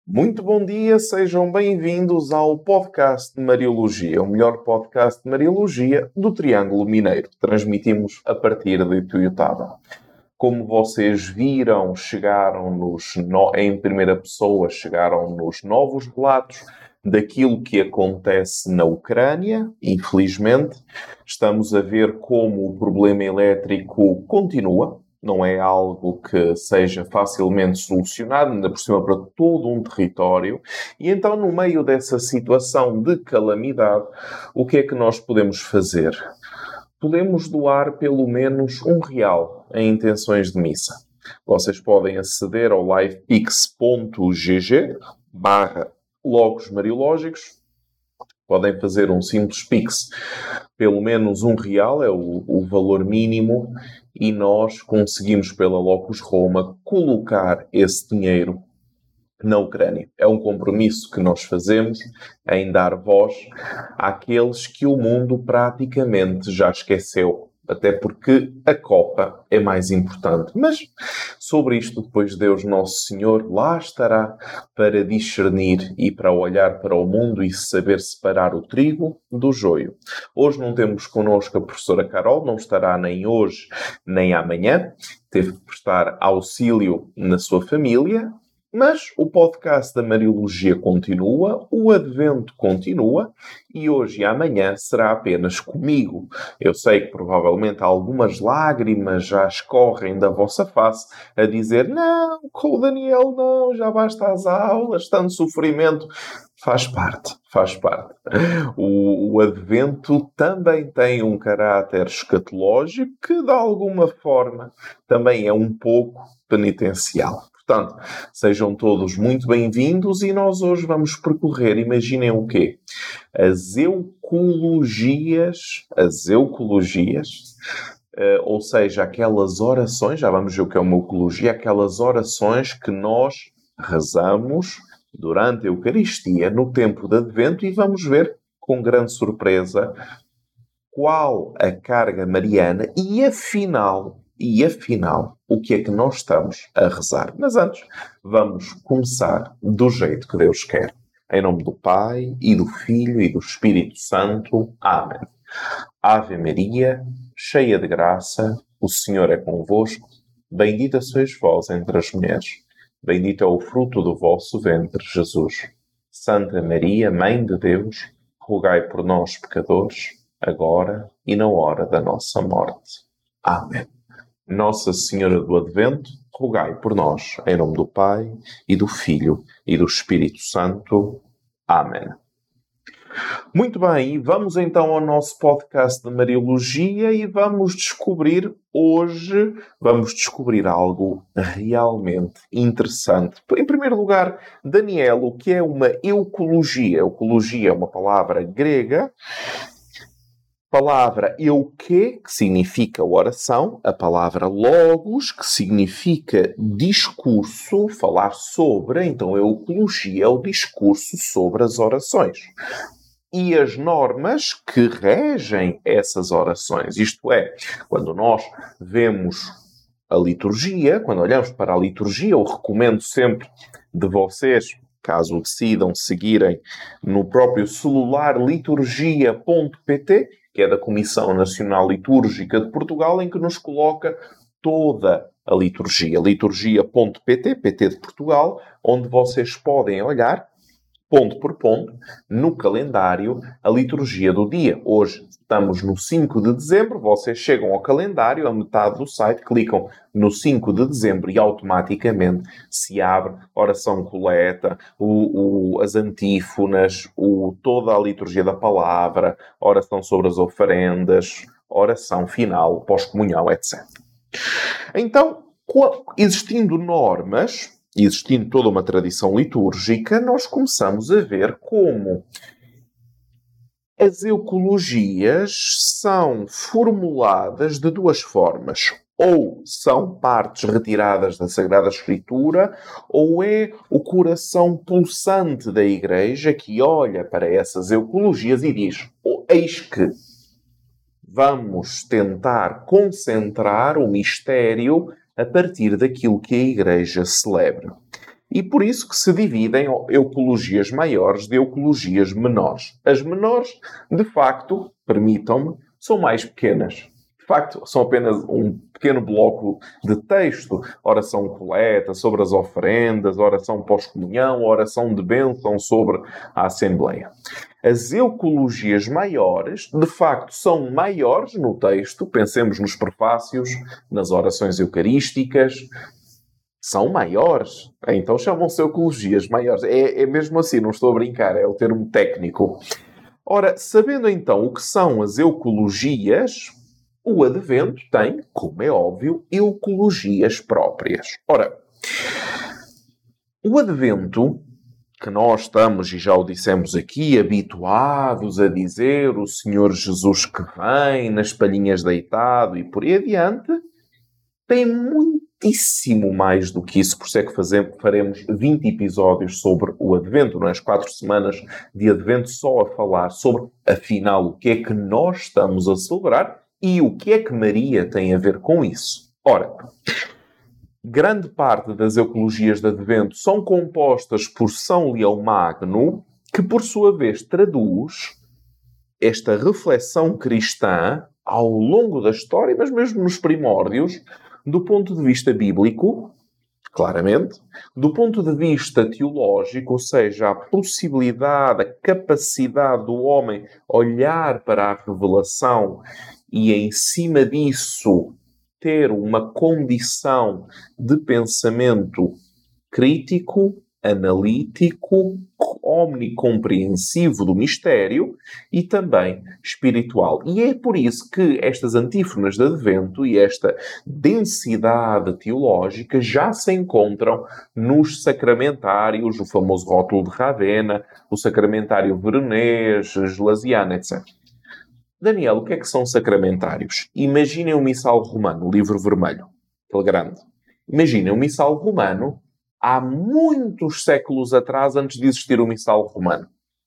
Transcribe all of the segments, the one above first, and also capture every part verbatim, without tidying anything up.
Muito bom dia, sejam bem-vindos ao podcast de Mariologia, o melhor podcast de Mariologia do Triângulo Mineiro. Transmitimos a partir de Ituiutaba. Como vocês viram, chegaram-nos no... em primeira pessoa, chegaram-nos novos relatos daquilo que acontece na Ucrânia. Infelizmente, estamos a ver como o problema elétrico continua. Não é algo que seja facilmente solucionado, ainda por cima para todo um território. E então, no meio dessa situação de calamidade, o que é que nós podemos fazer? Podemos doar pelo menos um real em intenções de missa. Vocês podem aceder ao livepix.gg barra logos mariológicos. Podem fazer um simples Pix. Pelo menos um real é o, o valor mínimo e nós conseguimos pela Locus Roma colocar esse dinheiro na Ucrânia. É um compromisso que nós fazemos em dar voz àqueles que o mundo praticamente já esqueceu. Até porque a Copa é mais importante. Mas sobre isto, depois Deus Nosso Senhor lá estará para discernir e para olhar para o mundo e saber separar o trigo do joio. Hoje não temos connosco a professora Carol, não estará nem hoje nem amanhã. Teve que prestar auxílio na sua família. Mas o podcast da Mariologia continua, o Advento continua e hoje e amanhã será apenas comigo. Eu sei que provavelmente algumas lágrimas já escorrem da vossa face a dizer não, com o Daniel não, já basta as aulas, tanto sofrimento. Faz parte, faz parte. O, o Advento também tem um caráter escatológico que, de alguma forma, também é um pouco penitencial. Portanto, sejam todos muito bem-vindos e nós hoje vamos percorrer, imaginem o quê? As eucologias, as eucologias, uh, ou seja, aquelas orações, já vamos ver o que é uma eucologia, aquelas orações que nós rezamos durante a Eucaristia, no tempo de Advento, e vamos ver, com grande surpresa, qual a carga mariana e, afinal, e afinal, o que é que nós estamos a rezar. Mas antes, vamos começar do jeito que Deus quer. Em nome do Pai, e do Filho, e do Espírito Santo. Amém. Ave Maria, cheia de graça, o Senhor é convosco. Bendita sois vós entre as mulheres. Bendito é o fruto do vosso ventre, Jesus. Santa Maria, Mãe de Deus, rogai por nós, pecadores, agora e na hora da nossa morte. Amém. Nossa Senhora do Advento, rogai por nós, em nome do Pai, e do Filho, e do Espírito Santo. Amém. Muito bem, vamos então ao nosso podcast de Mariologia e vamos descobrir hoje, vamos descobrir algo realmente interessante. Em primeiro lugar, Daniel, o que é uma eucologia? Eucologia é uma palavra grega. Palavra euque, que significa oração, a palavra logos, que significa discurso, falar sobre, então eucologia é o discurso sobre as orações. E as normas que regem essas orações, isto é, quando nós vemos a liturgia, quando olhamos para a liturgia, eu recomendo sempre de vocês, caso decidam seguirem no próprio celular, liturgia ponto pt, que é da Comissão Nacional Litúrgica de Portugal, em que nos coloca toda a liturgia. liturgia ponto pt, P T de Portugal, onde vocês podem olhar, ponto por ponto, no calendário, a liturgia do dia. Hoje estamos no cinco de dezembro, vocês chegam ao calendário, a metade do site, clicam no cinco de dezembro e automaticamente se abre oração coleta, o, o, as antífonas, o, toda a liturgia da palavra, oração sobre as oferendas, oração final, pós-comunhão, etcétera. Então, existindo normas, existindo toda uma tradição litúrgica, nós começamos a ver como as eucologias são formuladas de duas formas. Ou são partes retiradas da Sagrada Escritura, ou é o coração pulsante da Igreja que olha para essas eucologias e diz: oh, eis que vamos tentar concentrar o mistério a partir daquilo que a Igreja celebra. E por isso que se dividem eucologias maiores de eucologias menores. As menores, de facto, permitam-me, são mais pequenas. De facto, são apenas um pequeno bloco de texto. Oração coleta sobre as oferendas, oração pós-comunhão, oração de bênção sobre a Assembleia. As eucologias maiores, de facto, são maiores no texto. Pensemos nos prefácios, nas orações eucarísticas. São maiores. Então chamam-se eucologias maiores. É, é mesmo assim, não estou a brincar, é o termo técnico. Ora, sabendo então o que são as eucologias, o Advento tem, como é óbvio, eucologias próprias. Ora, o Advento, que nós estamos, e já o dissemos aqui, habituados a dizer o Senhor Jesus que vem, nas palhinhas deitado e por aí adiante, tem muitíssimo mais do que isso. Por isso é que fazemos, faremos vinte episódios sobre o Advento, não é? As quatro semanas de Advento só a falar sobre, afinal, o que é que nós estamos a celebrar e o que é que Maria tem a ver com isso. Ora, grande parte das eucologias de Advento são compostas por São Leão Magno, que por sua vez traduz esta reflexão cristã ao longo da história, mas mesmo nos primórdios, do ponto de vista bíblico, claramente, do ponto de vista teológico, ou seja, a possibilidade, a capacidade do homem olhar para a revelação e, em cima disso, ter uma condição de pensamento crítico, analítico, omnicompreensivo do mistério e também espiritual. E é por isso que estas antífonas de Advento e esta densidade teológica já se encontram nos sacramentários, o famoso rótulo de Ravenna, o sacramentário veronês, gelasiano, etcétera. Daniel, o que é que são sacramentários? Imaginem o missal romano, o livro vermelho, aquele grande. Imaginem o missal romano há muitos séculos atrás, antes de existir o missal romano.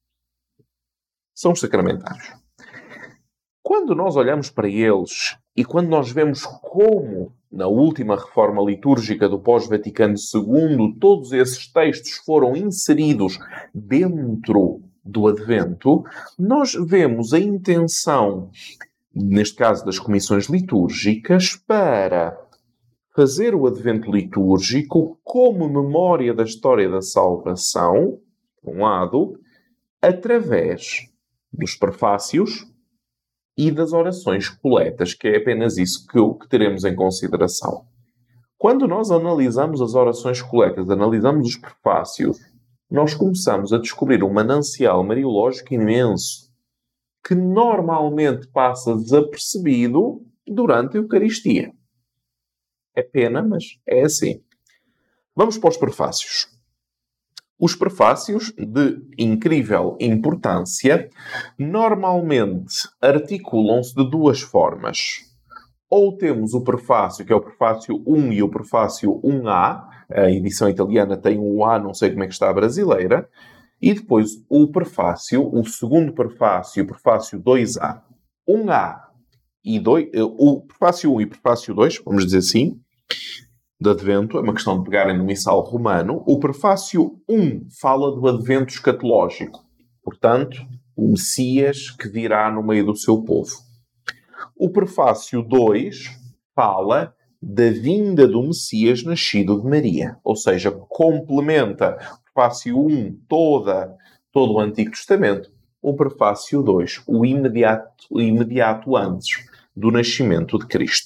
São os sacramentários. Quando nós olhamos para eles e quando nós vemos como, na última reforma litúrgica do pós-Vaticano segundo, todos esses textos foram inseridos dentro do Advento, nós vemos a intenção, neste caso das comissões litúrgicas, para fazer o Advento litúrgico como memória da história da salvação, por um lado, através dos prefácios e das orações coletas, que é apenas isso que, que teremos em consideração. Quando nós analisamos as orações coletas, analisamos os prefácios, nós começamos a descobrir um manancial mariológico imenso, que normalmente passa desapercebido durante a Eucaristia. É pena, mas é assim. Vamos para os prefácios. Os prefácios, de incrível importância, normalmente articulam-se de duas formas. Ou temos o prefácio, que é o prefácio um e o prefácio um A. A edição italiana tem um A, não sei como é que está a brasileira. E depois o prefácio, o segundo prefácio, o prefácio dois A. um A e dois, o prefácio um e o prefácio dois, vamos dizer assim, de Advento, é uma questão de pegarem no missal romano. O prefácio um fala do Advento escatológico. Portanto, o Messias que virá no meio do seu povo. O prefácio dois fala da vinda do Messias nascido de Maria. Ou seja, complementa o prefácio um toda, todo o Antigo Testamento. O prefácio dois, o imediato, o imediato antes do nascimento de Cristo.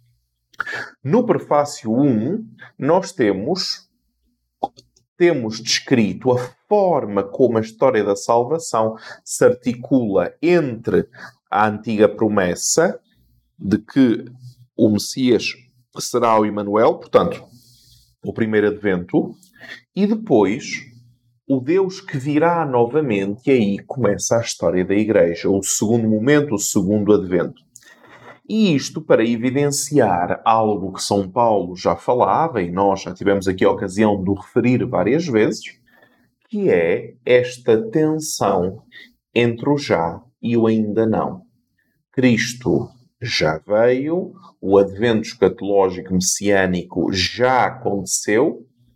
No prefácio um, nós temos, temos descrito a forma como a história da salvação se articula entre a antiga promessa de que o Messias será o Emanuel, portanto, o primeiro Advento, e depois o Deus que virá novamente, e aí começa a história da Igreja, o segundo momento, o segundo Advento. E isto para evidenciar algo que São Paulo já falava, e nós já tivemos aqui a ocasião de o referir várias vezes, que é esta tensão entre o já e o ainda não. Cristo já veio, o advento escatológico messiânico já aconteceu,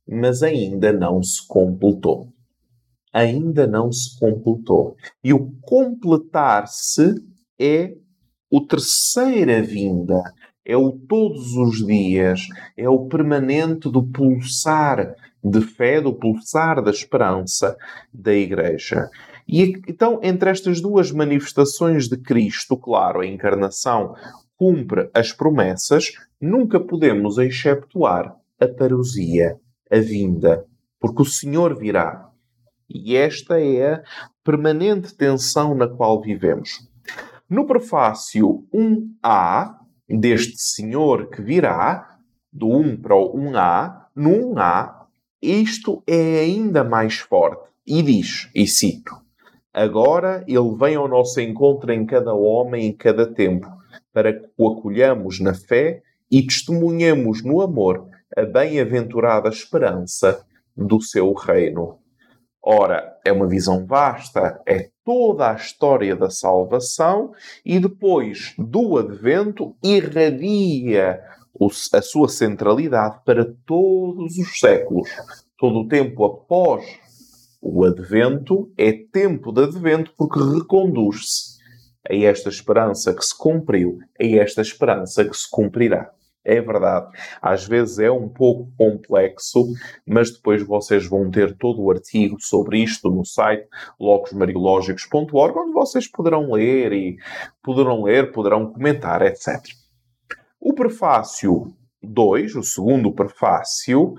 mas ainda não se completou. Ainda não se completou. E o completar-se é o terceira vinda. É o todos os dias. É o permanente do pulsar de fé, do pulsar da esperança da Igreja. E então, entre estas duas manifestações de Cristo, claro, a encarnação cumpre as promessas, nunca podemos exceptuar a parousia, a vinda, porque o Senhor virá. E esta é a permanente tensão na qual vivemos. No prefácio um A, deste Senhor que virá, do um para o um A, no um A, isto é ainda mais forte. E diz, e cito, agora ele vem ao nosso encontro em cada homem, em cada tempo, para que o acolhamos na fé e testemunhemos no amor a bem-aventurada esperança do seu reino. Ora, é uma visão vasta, é toda a história da salvação e depois do Advento irradia a sua centralidade para todos os séculos. Todo o tempo após o Advento é tempo de Advento porque reconduz-se a esta esperança que se cumpriu, a esta esperança que se cumprirá. É verdade. Às vezes é um pouco complexo, mas depois vocês vão ter todo o artigo sobre isto no site logos mariológicos ponto org, onde vocês poderão ler e poderão ler, poderão comentar, etcétera. O prefácio dois, o segundo prefácio,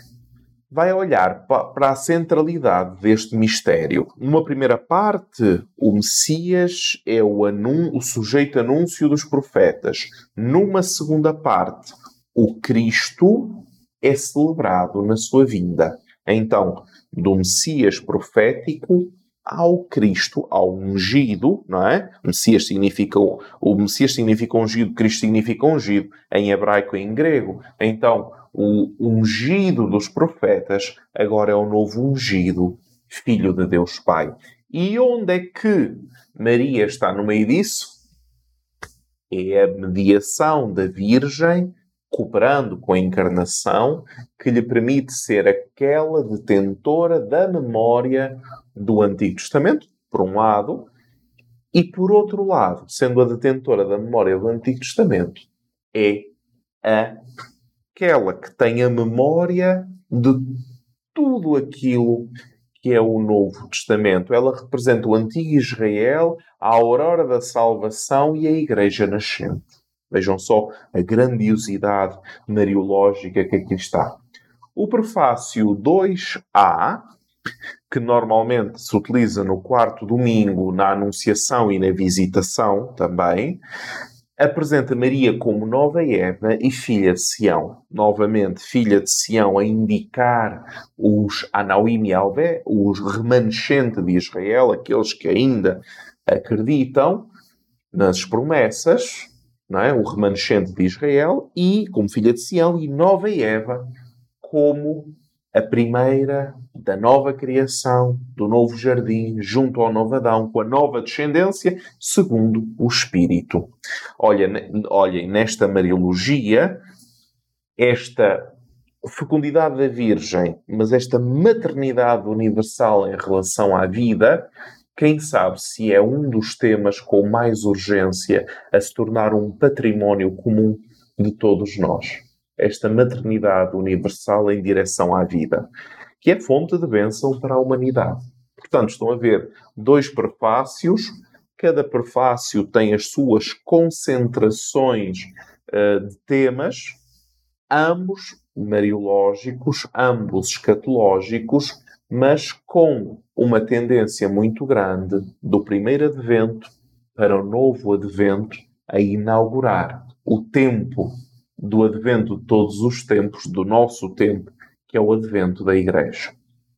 vai olhar para a centralidade deste mistério. Numa primeira parte, o Messias é o, anun- o sujeito anúncio dos profetas. Numa segunda parte, o Cristo é celebrado na sua vinda. Então, do Messias profético ao Cristo, ao ungido, não é? Messias significa, o Messias significa ungido, Cristo significa ungido, em hebraico e em grego. Então, o ungido dos profetas agora é o novo ungido, Filho de Deus Pai. E onde é que Maria está no meio disso? É a mediação da Virgem, cooperando com a encarnação, que lhe permite ser aquela detentora da memória do Antigo Testamento, por um lado, e por outro lado, sendo a detentora da memória do Antigo Testamento, é a aquela que tem a memória de tudo aquilo que é o Novo Testamento. Ela representa o antigo Israel, a aurora da salvação e a Igreja nascente. Vejam só a grandiosidade mariológica que aqui está. O prefácio dois A, que normalmente se utiliza no quarto domingo, na Anunciação e na Visitação também, apresenta Maria como nova Eva e filha de Sião. Novamente, filha de Sião a indicar os Anauim e Alvé, os remanescentes de Israel, aqueles que ainda acreditam nas promessas, não é? O remanescente de Israel, e como filha de Sião, e nova Eva como a primeira da nova criação, do novo jardim, junto ao novo Adão, com a nova descendência, segundo o Espírito. Olha, olhem, nesta Mariologia, esta fecundidade da Virgem, mas esta maternidade universal em relação à vida, quem sabe se é um dos temas com mais urgência a se tornar um património comum de todos nós. Esta maternidade universal em direção à vida, que é fonte de bênção para a humanidade. Portanto, estão a ver dois prefácios. Cada prefácio tem as suas concentrações uh, de temas, ambos mariológicos, ambos escatológicos, mas com uma tendência muito grande do primeiro advento para o novo advento a inaugurar o tempo do advento de todos os tempos, do nosso tempo, que é o advento da Igreja.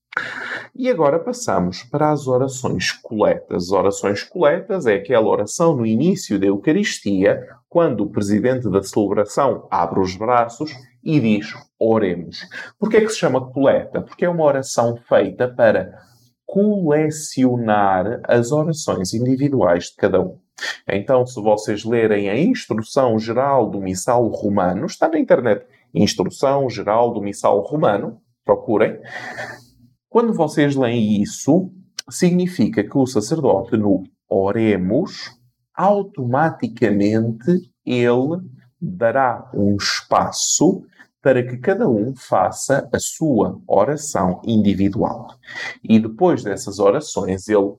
E agora passamos para as orações coletas. As orações coletas é aquela oração no início da Eucaristia, quando o presidente da celebração abre os braços e diz, oremos. Porquê é que se chama coleta? Porque é uma oração feita para colecionar as orações individuais de cada um. Então, se vocês lerem a Instrução Geral do Missal Romano, está na internet, Instrução Geral do Missal Romano, procurem. Quando vocês leem isso, significa que o sacerdote no Oremos, automaticamente ele dará um espaço para que cada um faça a sua oração individual. E depois dessas orações, ele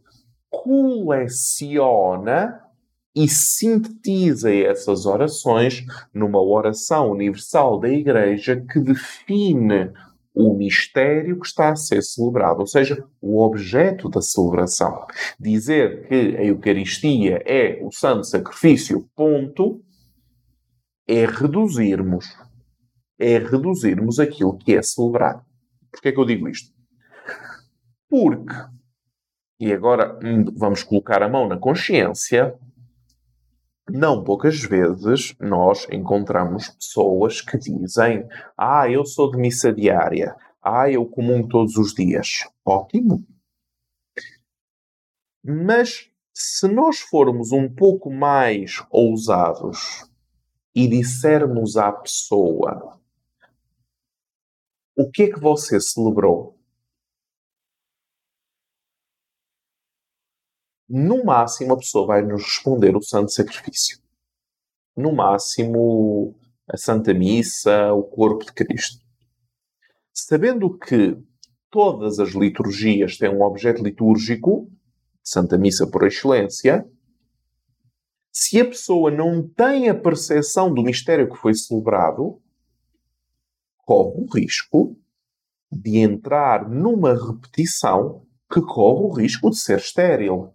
coleciona e sintetiza essas orações numa oração universal da Igreja que define o mistério que está a ser celebrado, ou seja, o objeto da celebração. Dizer que a Eucaristia é o santo sacrifício, ponto, é reduzirmos, é reduzirmos aquilo que é celebrado. Porquê é que eu digo isto? Porque, e agora vamos colocar a mão na consciência, não poucas vezes nós encontramos pessoas que dizem: ah, eu sou de missa diária, ah, eu comungo todos os dias. Ótimo. Mas se nós formos um pouco mais ousados e dissermos à pessoa: o que é que você celebrou? No máximo, a pessoa vai nos responder o Santo Sacrifício. No máximo, a Santa Missa, o Corpo de Cristo. Sabendo que todas as liturgias têm um objeto litúrgico, Santa Missa por excelência, se a pessoa não tem a percepção do mistério que foi celebrado, corre o risco de entrar numa repetição que corre o risco de ser estéril.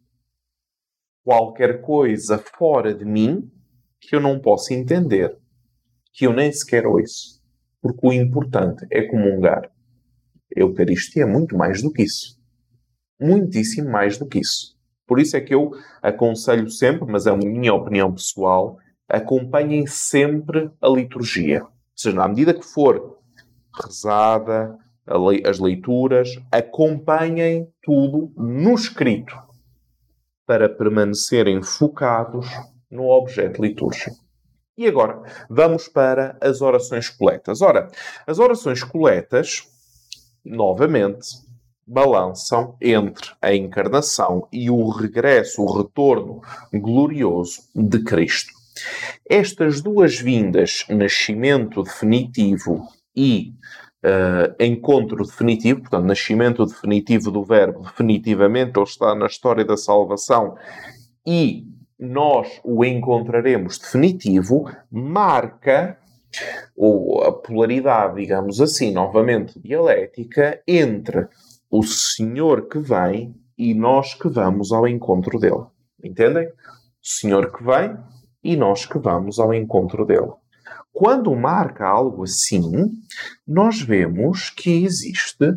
Qualquer coisa fora de mim que eu não possa entender, que eu nem sequer ouço. Porque o importante é comungar. A Eucaristia é muito mais do que isso. Muitíssimo mais do que isso. Por isso é que eu aconselho sempre, mas é a minha opinião pessoal, acompanhem sempre a liturgia. Ou seja, na medida que for rezada, as leituras, acompanhem tudo no escrito, para permanecerem focados no objeto litúrgico. E agora, vamos para as orações coletas. Ora, as orações coletas, novamente, balançam entre a encarnação e o regresso, o retorno glorioso de Cristo. Estas duas vindas, nascimento definitivo e Uh, encontro definitivo, portanto, nascimento definitivo do Verbo, definitivamente ele está na história da salvação e nós o encontraremos definitivo, marca ou a polaridade, digamos assim, novamente dialética, entre o Senhor que vem e nós que vamos ao encontro dele. Entendem? O Senhor que vem e nós que vamos ao encontro dele. Quando marca algo assim, nós vemos que existe,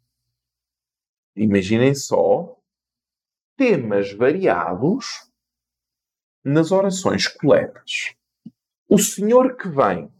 imaginem só, temas variados nas orações coletas. O Senhor que vem,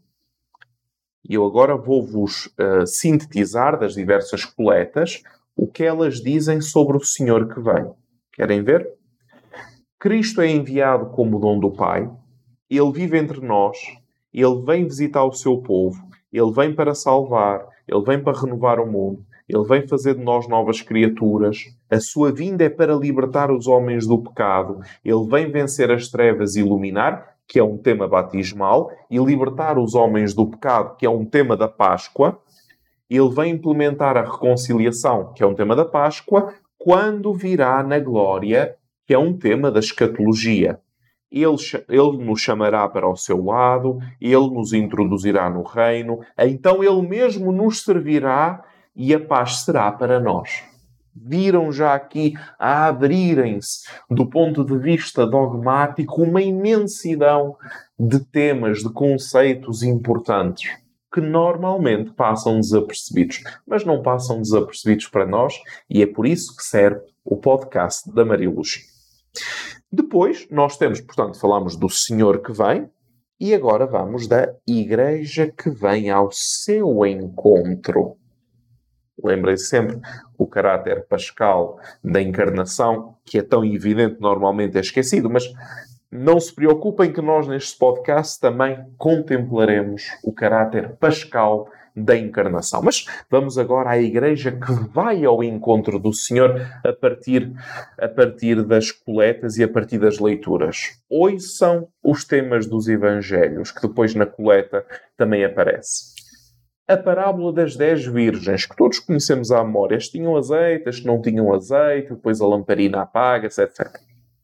e eu agora vou-vos uh, sintetizar das diversas coletas o que elas dizem sobre o Senhor que vem. Querem ver? Cristo é enviado como dom do Pai, Ele vive entre nós, Ele vem visitar o seu povo, Ele vem para salvar, Ele vem para renovar o mundo, Ele vem fazer de nós novas criaturas, a sua vinda é para libertar os homens do pecado, Ele vem vencer as trevas e iluminar, que é um tema batismal, e libertar os homens do pecado, que é um tema da Páscoa. Ele vem implementar a reconciliação, que é um tema da Páscoa, quando virá na glória, que é um tema da escatologia. Ele, ele nos chamará para o seu lado, Ele nos introduzirá no reino, então Ele mesmo nos servirá e a paz será para nós. Viram já aqui a abrirem-se, do ponto de vista dogmático, uma imensidão de temas, de conceitos importantes, que normalmente passam desapercebidos, mas não passam desapercebidos para nós, e é por isso que serve o podcast da Mariologia. Depois, nós temos, portanto, falamos do Senhor que vem, e agora vamos da Igreja que vem ao seu encontro. Lembrem-se sempre o caráter pascal da encarnação, que é tão evidente, normalmente é esquecido, mas não se preocupem que nós neste podcast também contemplaremos o caráter pascal da encarnação. Mas vamos agora à igreja que vai ao encontro do Senhor a partir, a partir das coletas e a partir das leituras. Ouçam os temas dos evangelhos, que depois na coleta também aparece. A parábola das dez virgens, que todos conhecemos à memória. As tinham azeite, as que não tinham azeite, depois a lamparina apaga-se, etcétera.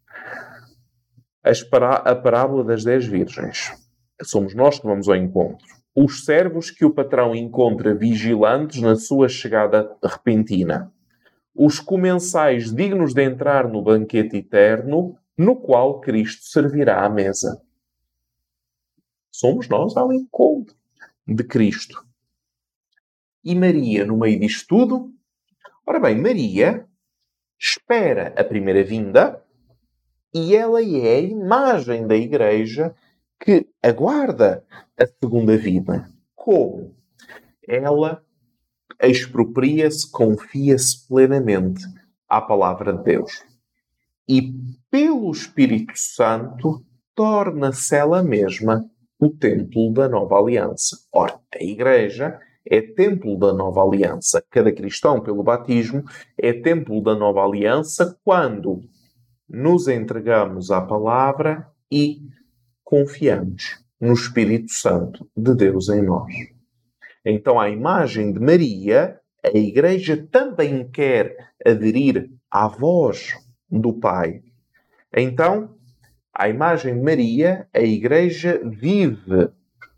As pará- a parábola das dez virgens. Somos nós que vamos ao encontro. Os servos que o patrão encontra vigilantes na sua chegada repentina. Os comensais dignos de entrar no banquete eterno, no qual Cristo servirá à mesa. Somos nós ao encontro de Cristo. E Maria, no meio disto tudo? Ora bem, Maria espera a primeira vinda e ela é a imagem da igreja que aguarda a segunda vinda. Como? Ela expropria-se, confia-se plenamente à palavra de Deus. E, pelo Espírito Santo, torna-se ela mesma o templo da nova aliança. Ora, a igreja é templo da nova aliança. Cada cristão, pelo batismo, é templo da nova aliança quando nos entregamos à palavra e confiamos no Espírito Santo de Deus em nós. Então, à imagem de Maria, a Igreja também quer aderir à voz do Pai. Então, à imagem de Maria, a Igreja vive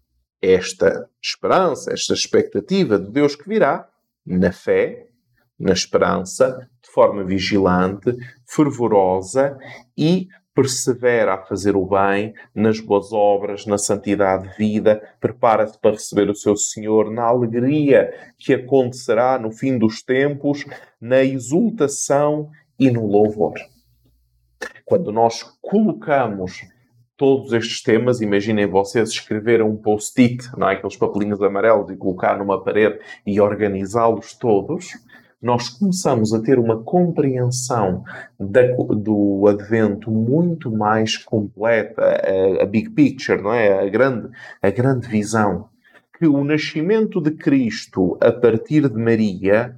esta esperança, esta expectativa de Deus que virá na fé, na esperança, de forma vigilante, fervorosa e persevera a fazer o bem nas boas obras, na santidade de vida, prepara-se para receber o seu Senhor, na alegria que acontecerá no fim dos tempos, na exultação e no louvor. Quando nós colocamos todos estes temas, imaginem vocês escreverem um post-it, não é? Aqueles papelinhos amarelos, e colocar numa parede e organizá-los todos, nós começamos a ter uma compreensão da, do Advento muito mais completa, a, a big picture, não é? A grande, a grande visão. Que o nascimento de Cristo a partir de Maria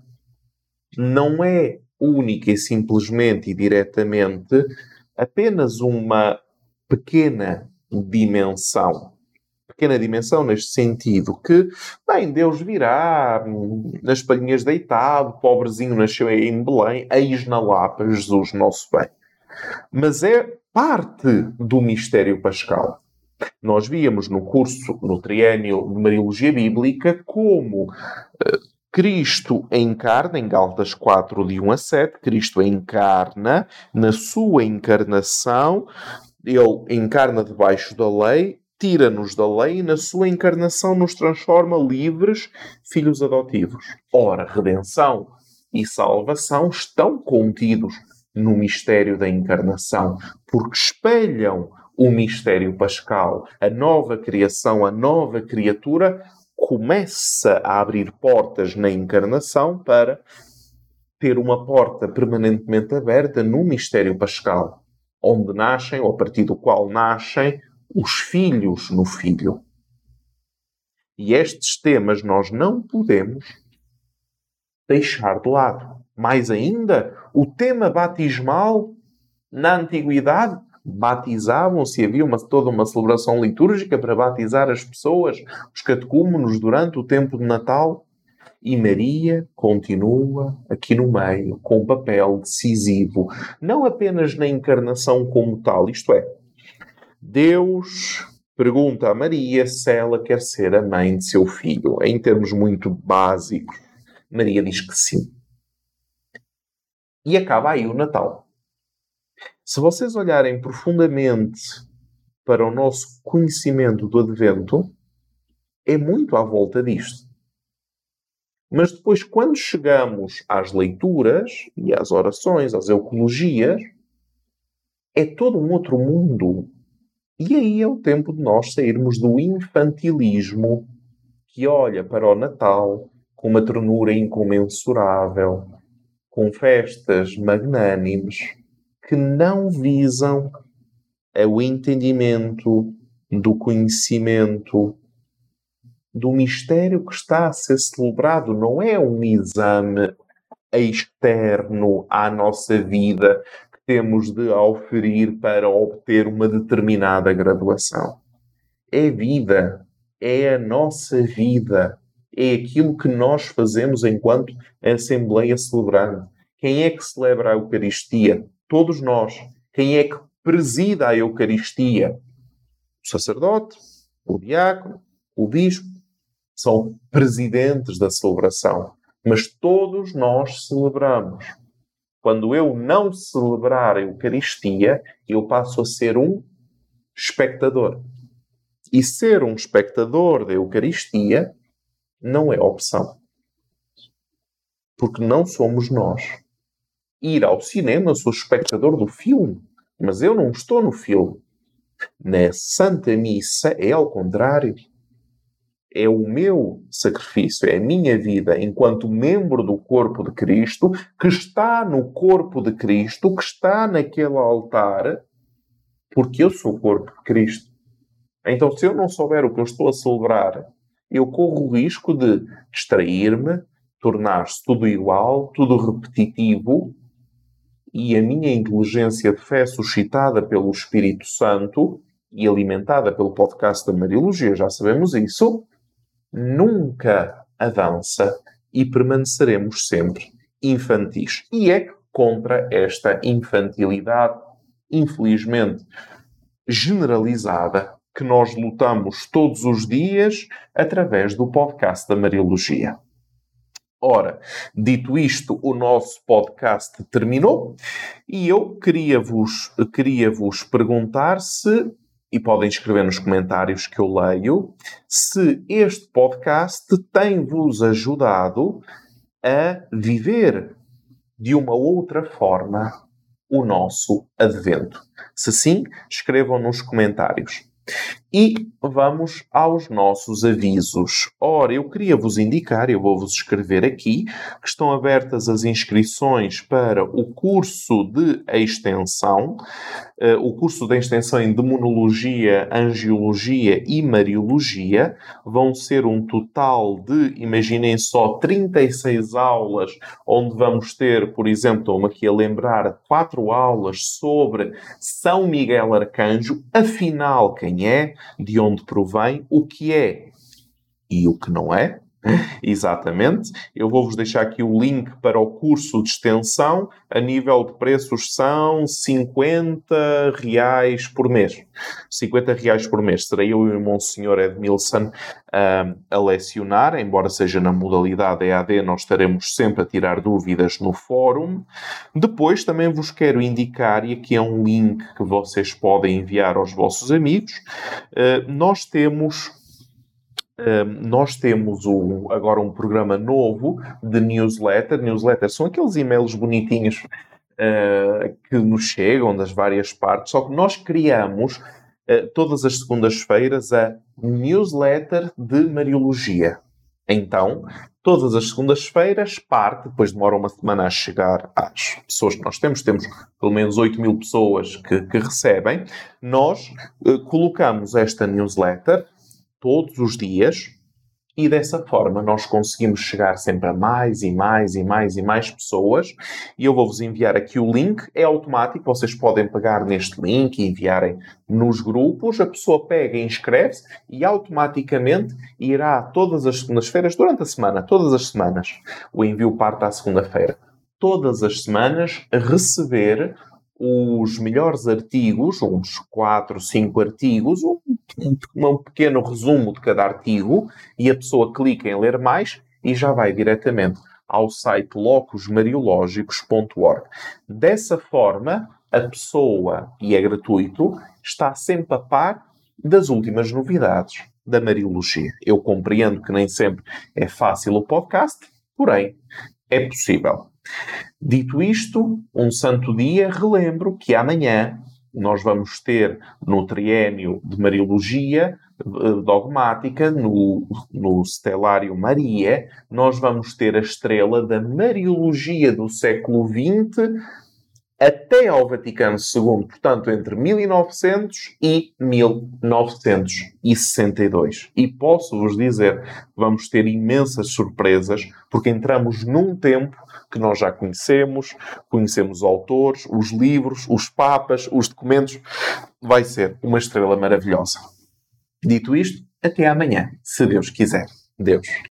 não é única e simplesmente e diretamente apenas uma pequena dimensão. Pequena dimensão neste sentido que, bem, Deus virá nas palhinhas deitado, pobrezinho nasceu em Belém, eis na Lapa Jesus, nosso bem. Mas é parte do mistério pascal. Nós víamos no curso, no triênio de Mariologia Bíblica, como uh, Cristo encarna, em Gálatas quatro, de um a sete, Cristo encarna, na sua encarnação, ele encarna debaixo da lei, tira-nos da lei e na sua encarnação nos transforma livres filhos adotivos. Ora, redenção e salvação estão contidos no mistério da encarnação, porque espelham o mistério pascal. A nova criação, a nova criatura começa a abrir portas na encarnação para ter uma porta permanentemente aberta no mistério pascal, onde nascem, ou a partir do qual nascem, os filhos no Filho. E estes temas nós não podemos deixar de lado. Mais ainda, o tema batismal, na Antiguidade, batizavam-se, havia uma, toda uma celebração litúrgica para batizar as pessoas, os catecúmenos, durante o tempo de Natal. E Maria continua aqui no meio, com um papel decisivo, não apenas na encarnação como tal, isto é, Deus pergunta a Maria se ela quer ser a mãe de seu filho. Em termos muito básicos, Maria diz que sim. E acaba aí o Natal. Se vocês olharem profundamente para o nosso conhecimento do Advento, é muito à volta disto. Mas depois, quando chegamos às leituras e às orações, às eucologias, é todo um outro mundo. E aí é o tempo de nós sairmos do infantilismo que olha para o Natal com uma ternura incomensurável, com festas magnânimes que não visam o entendimento do conhecimento do mistério que está a ser celebrado. Não é um exame externo à nossa vida que temos de auferir para obter uma determinada graduação. É vida. É a nossa vida. É aquilo que nós fazemos enquanto Assembleia Celebrante. Quem é que celebra a Eucaristia? Todos nós. Quem é que presida a Eucaristia? O sacerdote, o diácono, o bispo. São presidentes da celebração. Mas todos nós celebramos. Quando eu não celebrar a Eucaristia, eu passo a ser um espectador. E ser um espectador da Eucaristia não é opção. Porque não somos nós. Ir ao cinema, eu sou espectador do filme. Mas eu não estou no filme. Na Santa Missa é ao contrário. É o meu sacrifício, é a minha vida enquanto membro do corpo de Cristo, que está no corpo de Cristo, que está naquele altar, porque eu sou o corpo de Cristo. Então, se eu não souber o que eu estou a celebrar, eu corro o risco de distrair-me, tornar-se tudo igual, tudo repetitivo, e a minha inteligência de fé suscitada pelo Espírito Santo e alimentada pelo podcast da Mariologia, já sabemos isso, nunca avança e permaneceremos sempre infantis. E é contra esta infantilidade, infelizmente generalizada, que nós lutamos todos os dias através do podcast da Mariologia. Ora, dito isto, o nosso podcast terminou e eu queria-vos, queria-vos perguntar se, e podem escrever nos comentários que eu leio, se este podcast tem-vos ajudado a viver de uma outra forma o nosso Advento. Se sim, escrevam nos comentários. E vamos aos nossos avisos. Ora, eu queria vos indicar, eu vou-vos escrever aqui, que estão abertas as inscrições para o curso de extensão, uh, o curso de extensão em Demonologia, Angiologia e Mariologia. Vão ser um total de, imaginem só, trinta e seis aulas, onde vamos ter, por exemplo, estou-me aqui a lembrar, quatro aulas sobre São Miguel Arcanjo, afinal quem é, de onde provém, o que é e o que não é. Exatamente. Eu vou-vos deixar aqui o link para o curso de extensão. A nível de preços são cinquenta reais por mês. cinquenta reais por mês. Serei eu e o Monsenhor Edmilson uh, a lecionar, embora seja na modalidade E A D, nós estaremos sempre a tirar dúvidas no fórum. Depois também vos quero indicar, e aqui é um link que vocês podem enviar aos vossos amigos, uh, nós temos... Uh, nós temos um, agora um programa novo de newsletter. Newsletters são aqueles e-mails bonitinhos uh, que nos chegam das várias partes, só que nós criamos uh, todas as segundas-feiras a newsletter de Mariologia. Então, todas as segundas-feiras parte, depois demora uma semana a chegar às pessoas que nós temos, temos pelo menos oito mil pessoas que, que recebem. Nós uh, colocamos esta newsletter todos os dias, e dessa forma nós conseguimos chegar sempre a mais e mais e mais e mais pessoas. E eu vou-vos enviar aqui o link, é automático, vocês podem pegar neste link e enviarem nos grupos, a pessoa pega e inscreve-se e automaticamente irá todas as segundas-feiras, durante a semana, todas as semanas, o envio parte à segunda-feira, todas as semanas receber os melhores artigos, uns quatro, cinco artigos, um, um pequeno resumo de cada artigo, e a pessoa clica em ler mais e já vai diretamente ao site locus mariológicos ponto org. Dessa forma, a pessoa, e é gratuito, está sempre a par das últimas novidades da Mariologia. Eu compreendo que nem sempre é fácil o podcast, porém, é possível. Dito isto, um santo dia, relembro que amanhã nós vamos ter no triênio de Mariologia dogmática, no, no Stelário Maria, nós vamos ter a estrela da Mariologia do século vinte até ao Vaticano segundo, portanto, entre mil e novecentos e mil novecentos e sessenta e dois. E posso-vos dizer que vamos ter imensas surpresas, porque entramos num tempo que nós já conhecemos, conhecemos os autores, os livros, os papas, os documentos. Vai ser uma estrela maravilhosa. Dito isto, até amanhã, se Deus quiser. Deus.